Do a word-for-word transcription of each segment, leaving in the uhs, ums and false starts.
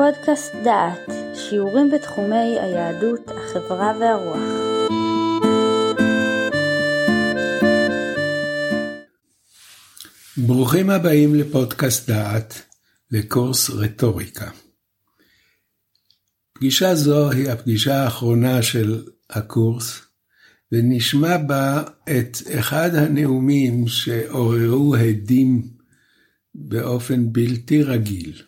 פודקאסט דעת, שיעורים בתחומי היהדות, החברה והרוח. ברוכים הבאים לפודקאסט דעת, לקורס רטוריקה. פגישה זו היא הפגישה האחרונה של הקורס, ונשמע בה את אחד הנאומים שעוררו הדים באופן בלתי רגיל.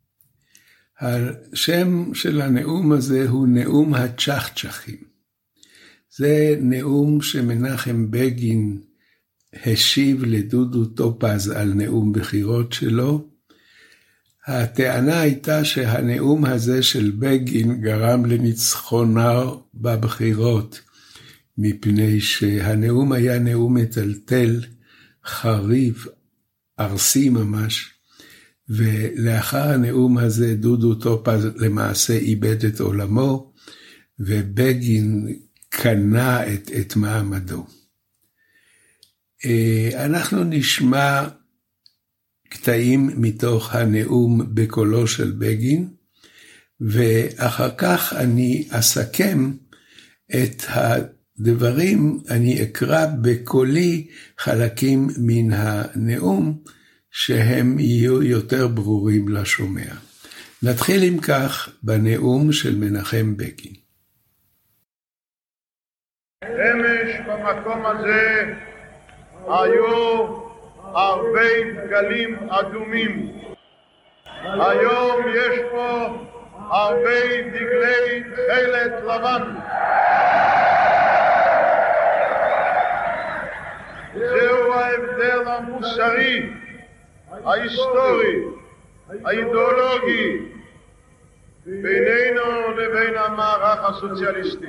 השם של הנאום הזה הוא נאום הצ'חצ'חים. זה נאום שמנחם בגין השיב לדודו טופז על נאום בחירות שלו. הטענה הייתה שהנאום הזה של בגין גרם לניצחונו בבחירות, מפני שהנאום היה נאום מטלטל, חריף, ארסי ממש, ולאחר הנאום הזה דודו טופז למעשה איבד את עולמו, ובגין קנה את, את מעמדו. אנחנו נשמע קטעים מתוך הנאום בקולו של בגין, ואחר כך אני אסכם את הדברים, אני אקרא בקולי חלקים מן הנאום, שהם יהיו יותר ברורים לשומע. נתחיל עם כך בנאום של מנחם בגין. אמש במקום הזה היו הרבה דגלים אדומים. היום יש פה הרבה דגלי תכלת לבן. זהו ההבדל המוסרי, ההיסטורי, האידיאולוגי, בינינו לבין המערך הסוציאליסטי.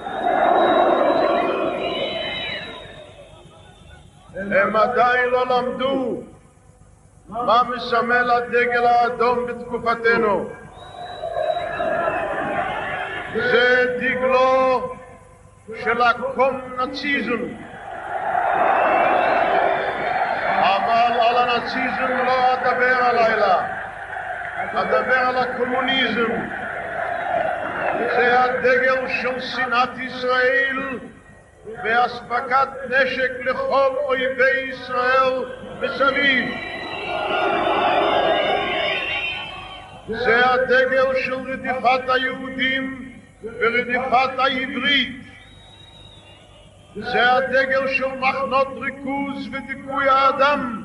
הם עדיין לא למדו מה מסמל הדגל האדום בתקופתנו. זה דגלו של הקומונציזם. אבל על הנאציזם לא אדבר הלילה, אדבר על הקומוניזם. זה הדגל של שנאת ישראל והספקת נשק לכל אויבי ישראל מסביב. זה הדגל של רדיפת היהודים ורדיפת העברית. זה הדגל של מחנות ריכוז ודיכוי האדם.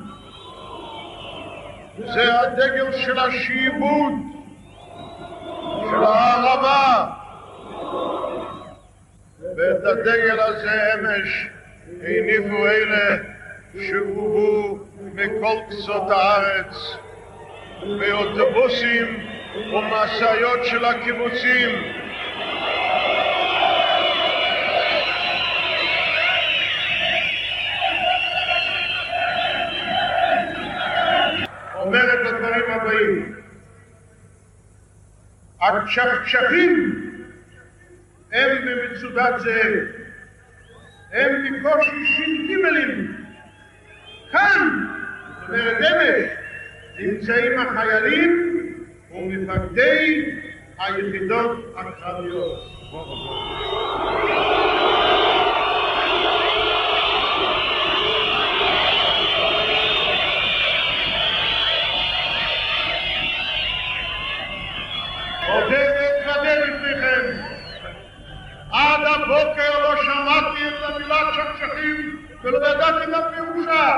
זה הדגל של השיעבוד, של הערבה. ואת הדגל הזה אמש הניפו אלה שהובאו מכל קצות הארץ באוטובוסים ומשאיות של הקיבוצים. אומר את הדברים הבאים: הצ'חצ'חים הם במצודת זאב, הם בקושי ש"ג. כאן, זאת אומרת אמש, נמצאים החיילים ומפקדי היחידות הקרביות. עודד ודד לפניכם, עד הבוקר לא שמעתי את המילה צ'חצ'חים ולא ידעתי את הפירושה.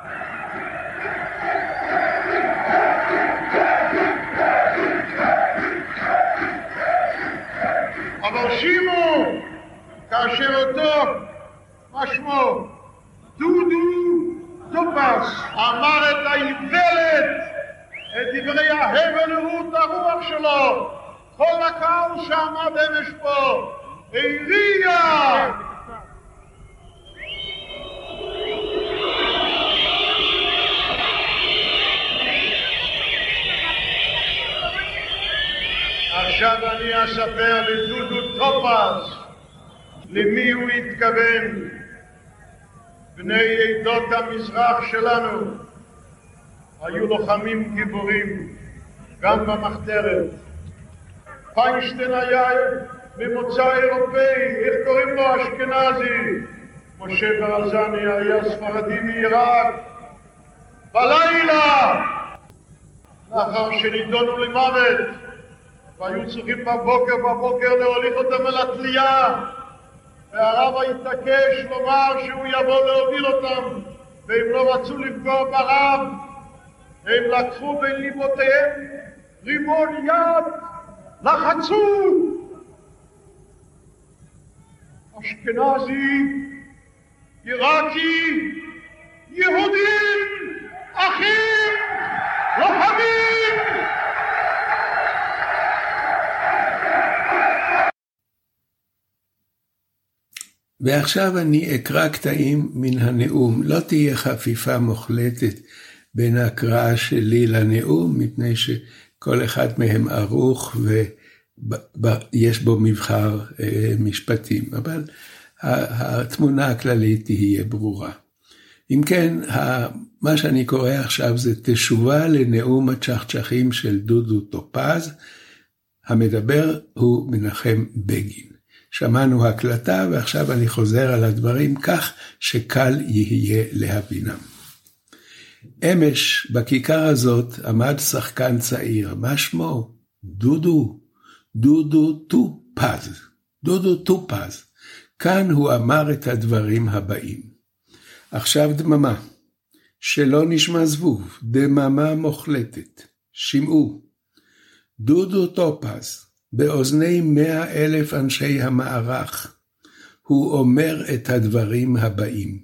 אבל שימו, כאשר אותו, מה שמו, דודו טופז אמר את האיוולת, את דברי ההבל ורעות הרוח שלו, כל הקהל שעמד אמש פה הריע. עכשיו אני אספר לדודו טופז למי הוא התכוון. בני עדות המזרח שלנו היו לוחמים גיבורים, גם במחתרת, פיינשטיין היה ממוצא אירופאי, איך קוראים לו? אשכנזי. משה ברזני היה ספרדי מעיראק. בלילה, לאחר שנידונו למוות, והיו צריכים בבוקר בבוקר להוליך אותם אל התלייה, והרב התעקש לומר שהוא יבוא להוביל אותם, והם לא רצו לפגוע ברב, הם לקחו בין ליבותיהם רימון יד, לחצו. אשכנזי, עיראקי, יהודים, אחים, לוחמים. ועכשיו אני אקרא קטעים מן הנאום. לא תהיה חפיפה מוחלטת בין ההקראה שלי לנאום, מפני שכל אחד מהם ערוך ויש בו מבחר משפטים, אבל התמונה הכללית תהיה ברורה. אם כן, מה שאני קורא עכשיו זה תשובה לנאום הצ'חצ'חים של דודו טופז, המדבר הוא מנחם בגין. שמענו הקלטה ועכשיו אני חוזר על הדברים כך שקל יהיה להבינם. אמש בכיכר הזאת עמד שחקן צעיר, מה שמו? דודו, דודו טופז, דודו טופז. כאן הוא אמר את הדברים הבאים. עכשיו דממה, שלא נשמע זבוב, דממה מוחלטת. שמעו, דודו טופז, באוזני מאה אלף אנשי המערך, הוא אומר את הדברים הבאים.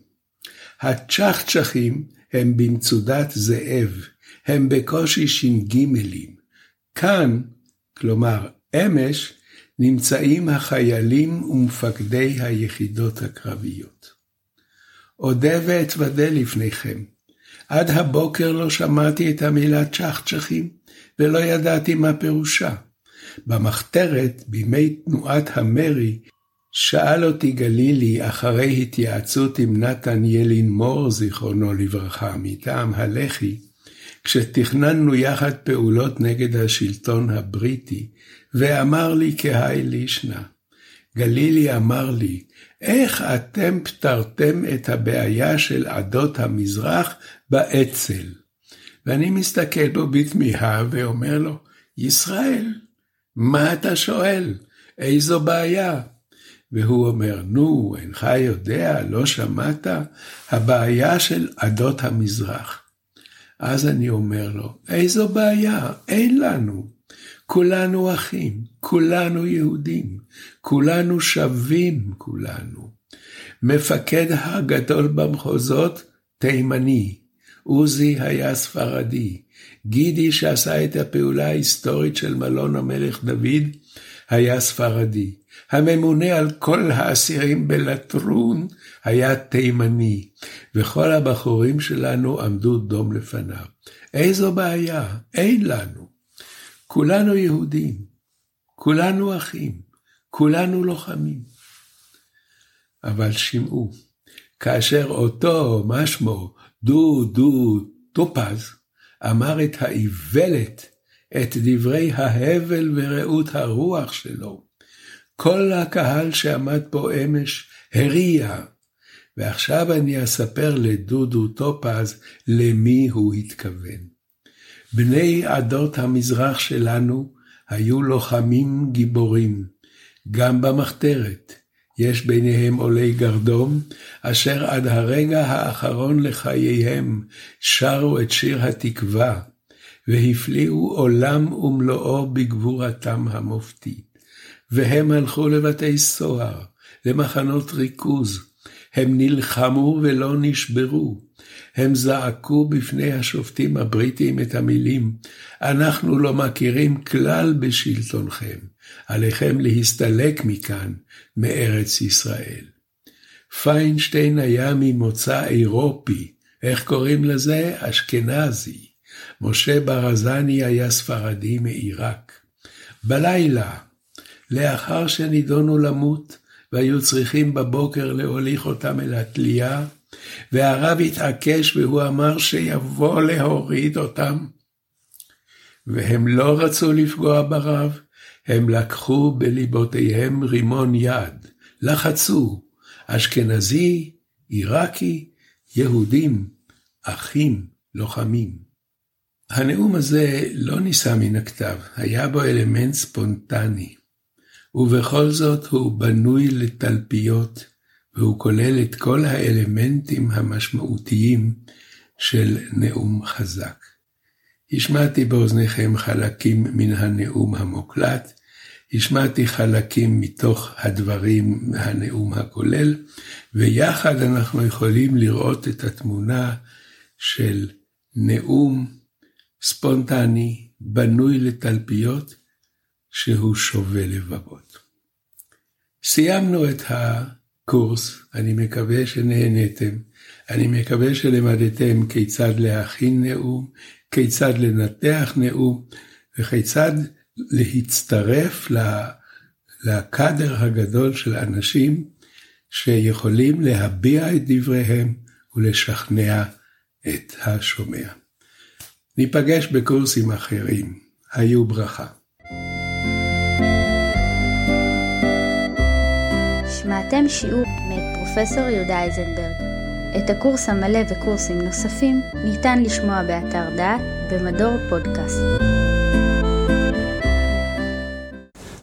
הצ'חצ'חים הם במצודת זאב, הם בקושי שינגימלים. כאן, כלומר אמש, נמצאים החיילים ומפקדי היחידות הקרביות. אודה ואתוודה לפניכם. עד הבוקר לא שמעתי את המילה צ'חצ'חים, ולא ידעתי מה פירושה. במחתרת, בימי תנועת המרי, שאל אותי גלילי אחרי התייעצות עם נתן ילין מור, זיכרונו לברכה, מטעם הלח"י, כשתכננו יחד פעולות נגד השלטון הבריטי, ואמר לי כהי לישנה. גלילי אמר לי, איך אתם פתרתם את הבעיה של עדות המזרח באצ"ל? ואני מסתכל בו בתמיהה ואומר לו, ישראל, מה אתה שואל? איזו בעיה? והוא אומר, נו, אינך יודע, לא שמעת? הבעיה של עדות המזרח. אז אני אומר לו, איזו בעיה? אין לנו. כולנו אחים, כולנו יהודים, כולנו שווים, כולנו. מפקד הגדול במחוזות, תימני. עוזי היה ספרדי. גידי שעשה את הפעולה ההיסטורית של מלון המלך דוד, היה ספרדי. הממונה על כל האסירים בלטרון היה תימני, וכל הבחורים שלנו עמדו דום לפניו. איזו בעיה? אין לנו. כולנו יהודים, כולנו אחים, כולנו לוחמים. אבל שמעו, כאשר אותו, מה שמו, דודו טופז, אמר את האיוולת, את דברי ההבל ורעות הרוח שלו, כל הקהל שעמד פה אמש הריע, ועכשיו אני אספר לדודו טופז למי הוא התכוון. בני עדות המזרח שלנו היו לוחמים גיבורים, גם במחתרת. יש ביניהם עולי גרדום, אשר עד הרגע האחרון לחייהם שרו את שיר התקווה, והפליאו עולם ומלואו בגבורתם המופתית. והם הלכו לבתי סוהר, למחנות ריכוז, הם נלחמו ולא נשברו, הם זעקו בפני השופטים הבריטים את המילים, אנחנו לא מכירים כלל בשלטונכם, עליכם להסתלק מכאן, מארץ ישראל. פיינשטיין היה ממוצא אירופי, איך קוראים לזה? אשכנזי. משה ברזני היה ספרדי מעיראק. בלילה, לאחר שנידונו למות, והיו צריכים בבוקר להוליך אותם אל התלייה, והרב התעקש והוא אמר שיבוא להוריד אותם, והם לא רצו לפגוע ברב, הם לקחו בליבותיהם רימון יד, לחצו, אשכנזי, עיראקי, יהודים, אחים, לוחמים. הנאום הזה לא ניסה מן הכתב, היה בו אלמנט ספונטני, ובכל זאת הוא בנוי לתלפיות, והוא כולל את כל האלמנטים המשמעותיים של נאום חזק. השמעתי באוזניכם חלקים מן הנאום המוקלט, השמעתי חלקים מתוך הדברים מהנאום הכולל, ויחד אנחנו יכולים לראות את התמונה של נאום ספונטני, בנוי לתלפיות, שהוא שווה לבבות. סיימנו את הקורס, אני מקווה שנהניתם, אני מקווה שלמדתם כיצד להכין נאום, כיצד לנתח נאום, וכיצד להצטרף לקדר הגדול של אנשים שיכולים להביע את דבריהם ולשכנע את השומע. ניפגש בקורסים אחרים. היו ברכה. שמעתם שיעור מאת פרופסור יהודה איזנברג. את הקורס המלא וקורסים נוספים ניתן לשמוע באתר דעת במדור פודקאסט.